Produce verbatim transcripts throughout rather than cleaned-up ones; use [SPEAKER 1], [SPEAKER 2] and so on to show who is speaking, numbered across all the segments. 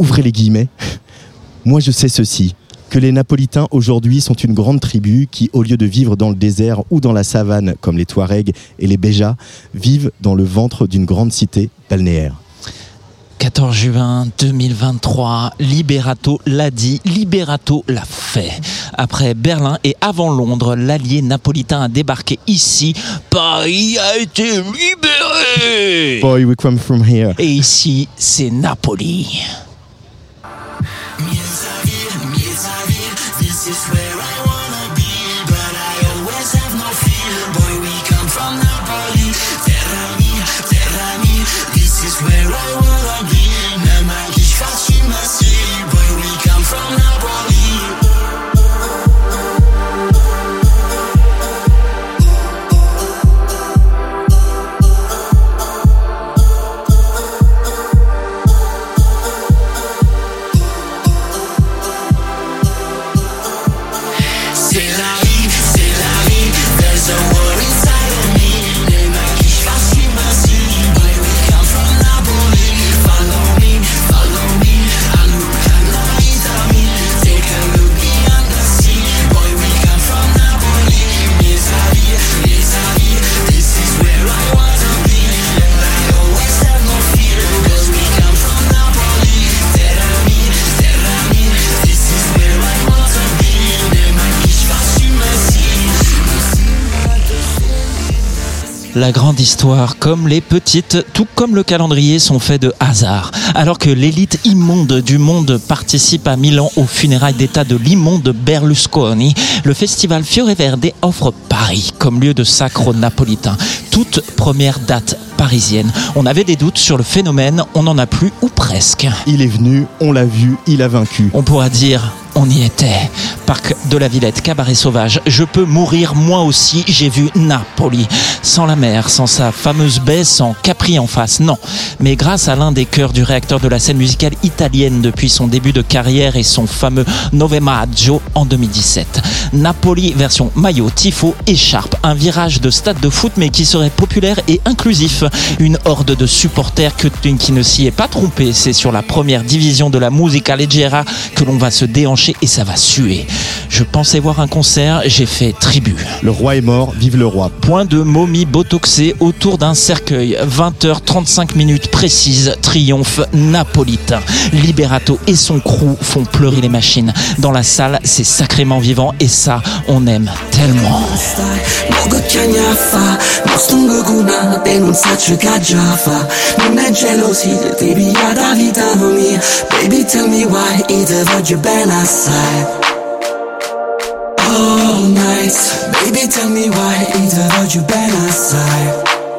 [SPEAKER 1] ouvrez les guillemets. Moi, je sais ceci, que les Napolitains aujourd'hui sont une grande tribu qui, au lieu de vivre dans le désert ou dans la savane, comme les Touaregs et les Béjas, vivent dans le ventre d'une grande cité balnéaire.
[SPEAKER 2] quatorze juin deux mille vingt-trois, Liberato l'a dit, Liberato l'a fait. Après Berlin et avant Londres, l'allié napolitain a débarqué ici. Paris a été libéré.
[SPEAKER 1] Boy, we come from here.
[SPEAKER 2] Et ici, c'est Napoli. La grande histoire, comme les petites, tout comme le calendrier, sont faits de hasard. Alors que l'élite immonde du monde participe à Milan aux funérailles d'État de l'immonde Berlusconi, le festival Fiore Verde offre Paris comme lieu de sacre aux Napolitains. Toute première date parisienne. On avait des doutes sur le phénomène, on n'en a plus ou presque.
[SPEAKER 1] Il est venu, on l'a vu, il a vaincu.
[SPEAKER 2] On pourra dire... On y était. Parc de la Villette, cabaret sauvage. Je peux mourir moi aussi, j'ai vu Napoli. Sans la mer, sans sa fameuse baie, sans Capri en face, non. Mais grâce à l'un des chœurs du réacteur de la scène musicale italienne depuis son début de carrière et son fameux Nove Maggio en deux mille dix-sept. Napoli version maillot, tifo, écharpe. Un virage de stade de foot mais qui serait populaire et inclusif. Une horde de supporters que, qui ne s'y est pas trompé. C'est sur la première division de la musica leggera que l'on va se déhancher et ça va suer. Je pensais voir un concert, j'ai fait tribu.
[SPEAKER 1] Le roi est mort, vive le roi.
[SPEAKER 2] Point de momie botoxée autour d'un cercueil. vingt heures trente-cinq minutes précises, triomphe napolitain. Liberato et son crew font pleurer les machines. Dans la salle, c'est sacrément vivant et ça, on aime tellement.
[SPEAKER 3] All night, baby, tell me why either of you been outside.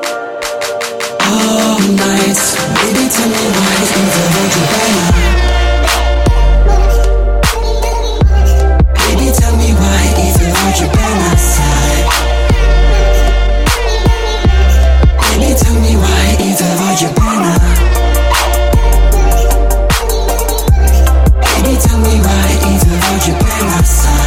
[SPEAKER 3] All night, baby, tell me why either of you been outside. Baby, tell me why either of you been outside. Baby, tell me why either of you been outside. Baby, tell me why either of you been outside.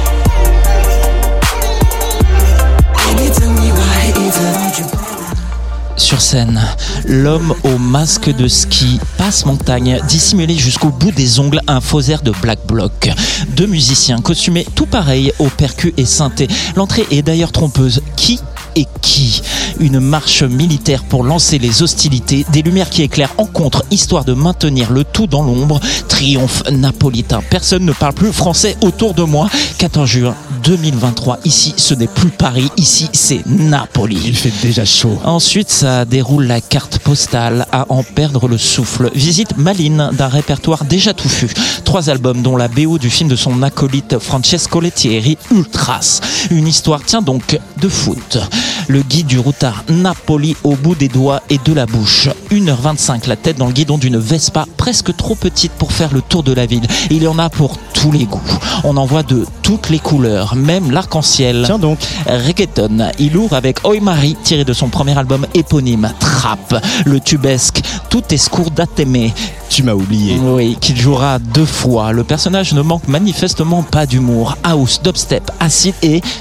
[SPEAKER 2] Sur scène, l'homme au masque de ski passe montagne, dissimulé jusqu'au bout des ongles, un faux air de Black Bloc. Deux musiciens costumés tout pareil au percu et synthé. L'entrée est d'ailleurs trompeuse. Qui et qui? Une marche militaire pour lancer les hostilités, des lumières qui éclairent en contre, histoire de maintenir le tout dans l'ombre. Triomphe napolitain. Personne ne parle plus français autour de moi. quatorze juin deux mille vingt-trois. Ici, ce n'est plus Paris. Ici, c'est Napoli.
[SPEAKER 1] Il fait déjà chaud.
[SPEAKER 2] Ensuite, ça déroule la carte postale à en perdre le souffle. Visite maline d'un répertoire déjà touffu. Trois albums, dont la B O du film de son acolyte Francesco Lettieri, Ultras. Une histoire, tiens donc, de foot. Le guide du routard, Napoli au bout des doigts et de la bouche. une heure vingt-cinq, la tête dans le guidon d'une Vespa presque trop petite pour faire le tour de la ville. Et il y en a pour tous les goûts. On en voit de toutes les couleurs, même l'arc-en-ciel.
[SPEAKER 1] Tiens donc.
[SPEAKER 2] Reggaeton, il ouvre avec Oi Marie, tiré de son premier album éponyme, Trap. Le tubesque, tout est scourdateme.
[SPEAKER 1] Tu m'as oublié.
[SPEAKER 2] Oui, qu'il jouera deux fois. Le personnage ne manque manifestement pas d'humour. House, dubstep, acide et...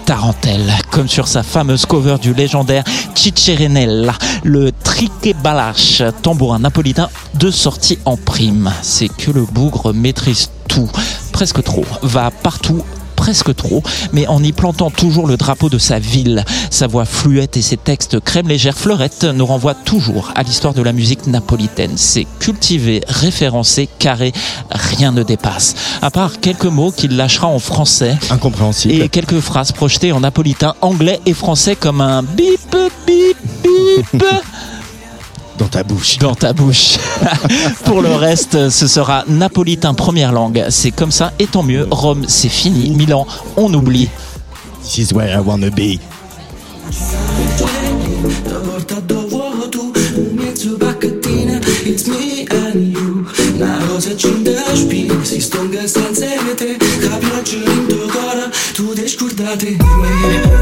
[SPEAKER 2] tarentelle, comme sur sa fameuse cover du légendaire Cicciarenella, le triquebalache, tambourin napolitain de sortie en prime. C'est que le bougre maîtrise tout, presque trop, va partout, presque trop, mais en y plantant toujours le drapeau de sa ville. Sa voix fluette et ses textes crème légère fleurette nous renvoient toujours à l'histoire de la musique napolitaine. C'est cultivé, référencé, carré, rien ne dépasse. À part quelques mots qu'il lâchera en français.
[SPEAKER 1] Incompréhensible.
[SPEAKER 2] Et quelques phrases projetées en napolitain, anglais et français comme un bip, bip, bip.
[SPEAKER 1] Dans ta bouche.
[SPEAKER 2] Dans ta bouche. Pour le reste, ce sera napolitain première langue. C'est comme ça, et tant mieux. Rome, c'est fini. Milan, on oublie.
[SPEAKER 1] This is where I wanna be.
[SPEAKER 3] It's me and you. Una rosa cinta spina, si stonga senza te. Capiaggio in tuo cuore, tu ti scordate di me.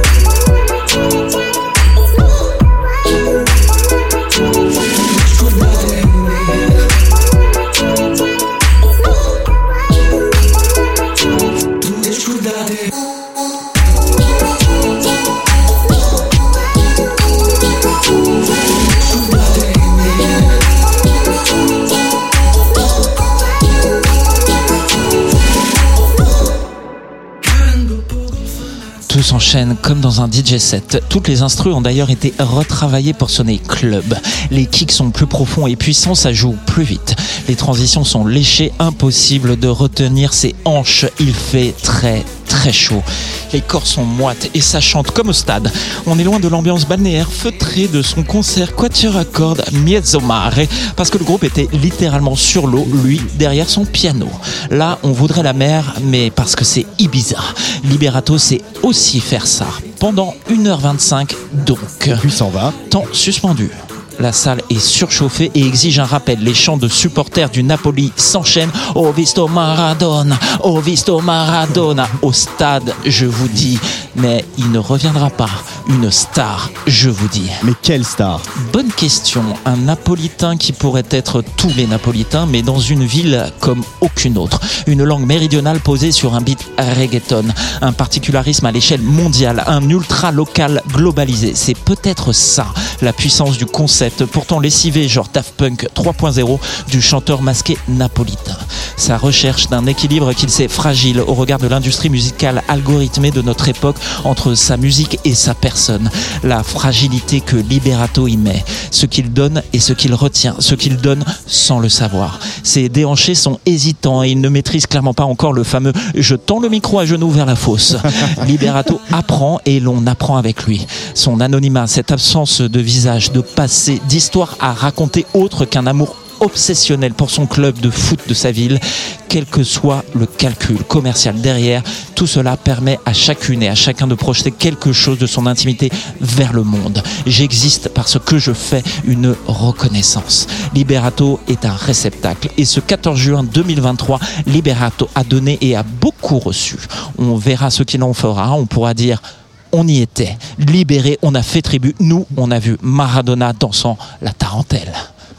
[SPEAKER 2] Tout s'enchaîne comme dans un D J set. Toutes les instrus ont d'ailleurs été retravaillées pour sonner club. Les kicks sont plus profonds et puissants, ça joue plus vite. Les transitions sont léchées, impossible de retenir ses hanches. Il fait très très chaud. Les corps sont moites et ça chante comme au stade. On est loin de l'ambiance balnéaire feutrée de son concert Quatuor à cordes Mezzo Mare, parce que le groupe était littéralement sur l'eau, lui derrière son piano. Là, on voudrait la mer, mais parce que c'est Ibiza. Liberato sait aussi faire ça. Pendant une heure vingt-cinq, donc.
[SPEAKER 1] Puis s'en va.
[SPEAKER 2] Temps suspendu. La salle est surchauffée et exige un rappel. Les chants de supporters du Napoli s'enchaînent. Oh visto Maradona, oh visto Maradona. Au stade, je vous dis, mais il ne reviendra pas. Une star, je vous dis.
[SPEAKER 1] Mais quelle star?
[SPEAKER 2] Bonne question. Un Napolitain qui pourrait être tous les Napolitains, mais dans une ville comme aucune autre. Une langue méridionale posée sur un beat reggaeton. Un particularisme à l'échelle mondiale. Un ultra local globalisé. C'est peut-être ça, la puissance du concept. Pourtant lessivé genre Daft Punk trois point zéro du chanteur masqué napolitain. Sa recherche d'un équilibre qu'il sait fragile au regard de l'industrie musicale algorithmée de notre époque entre sa musique et sa personne. La fragilité que Liberato y met. Ce qu'il donne et ce qu'il retient. Ce qu'il donne sans le savoir. Ses déhanchés sont hésitants et il ne maîtrise clairement pas encore le fameux « je tends le micro à genoux vers la fosse ». Liberato apprend et l'on apprend avec lui. Son anonymat, cette absence de visage, de passé, d'histoire à raconter autre qu'un amour obsessionnel pour son club de foot de sa ville, quel que soit le calcul commercial derrière, tout cela permet à chacune et à chacun de projeter quelque chose de son intimité vers le monde. J'existe parce que je fais une reconnaissance. Liberato est un réceptacle et ce quatorze juin deux mille vingt-trois, Liberato a donné et a beaucoup reçu. On verra ce qu'il en fera, on pourra dire on y était, libéré, on a fait tribu, nous on a vu Maradona dansant la tarentelle.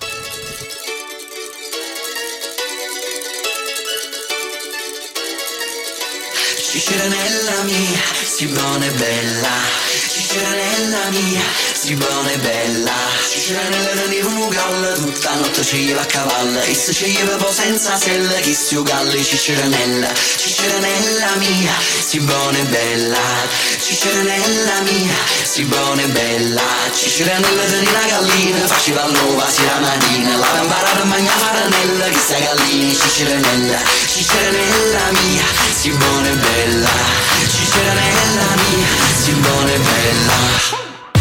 [SPEAKER 3] Cicciarenella mia, si buona e bella. Cicciarenella mia, si buona e bella. Cicciarenella teneva un galla, tutta notte ci va a cavallo. E se ci va poi senza sella, chi si ugalli Cicciarenella. Cicciarenella mia, si buona e bella. Cicciarenella mia, si buona e bella. Cicciarenella teneva una gallina, faceva l'uova si la mattina. L'aveva imparato a mangiare faranella, chi sta gallina Cicciarenella. Cicciarenella mia, si buona e bella. Cicciarenella mia, si buona e bella.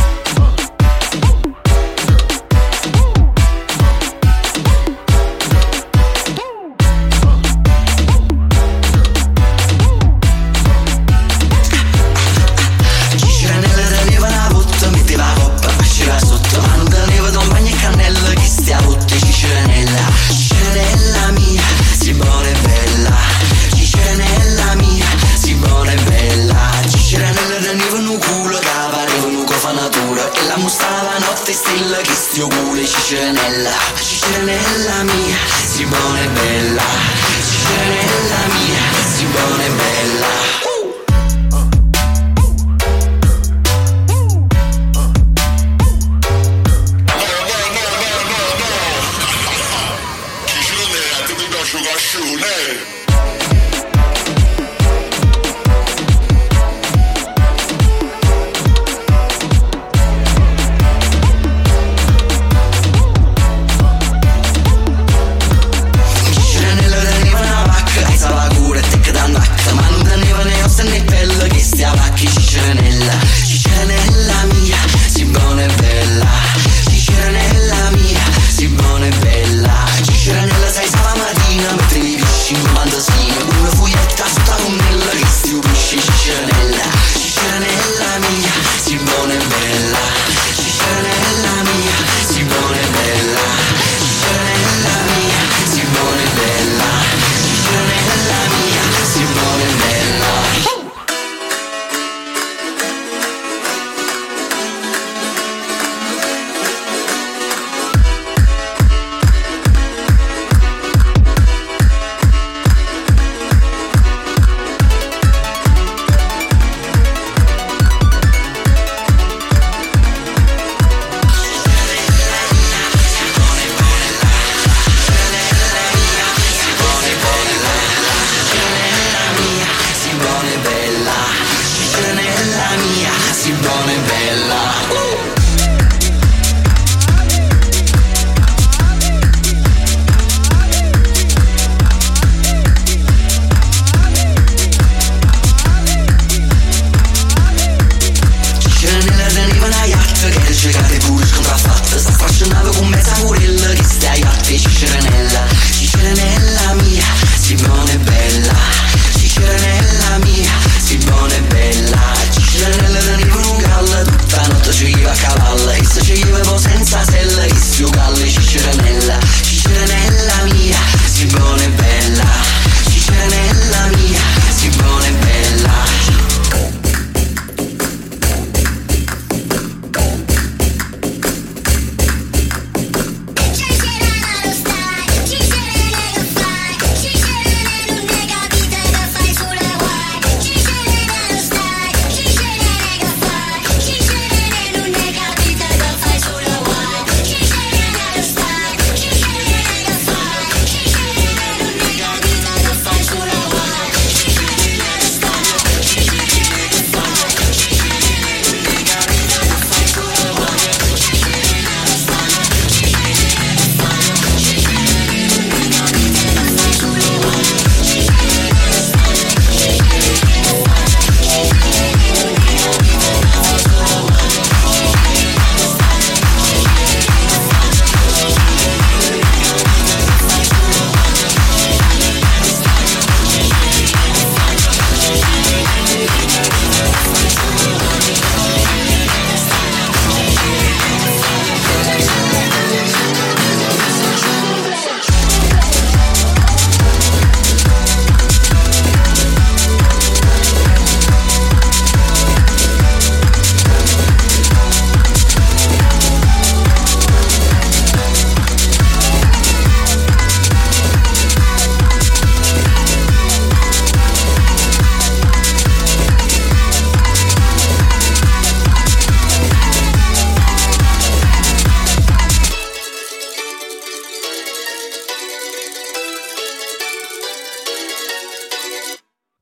[SPEAKER 3] Cicciarenella, Cicciarenella mia, si buona e bella. Cicciarenella mia, si buona e bella.
[SPEAKER 4] name.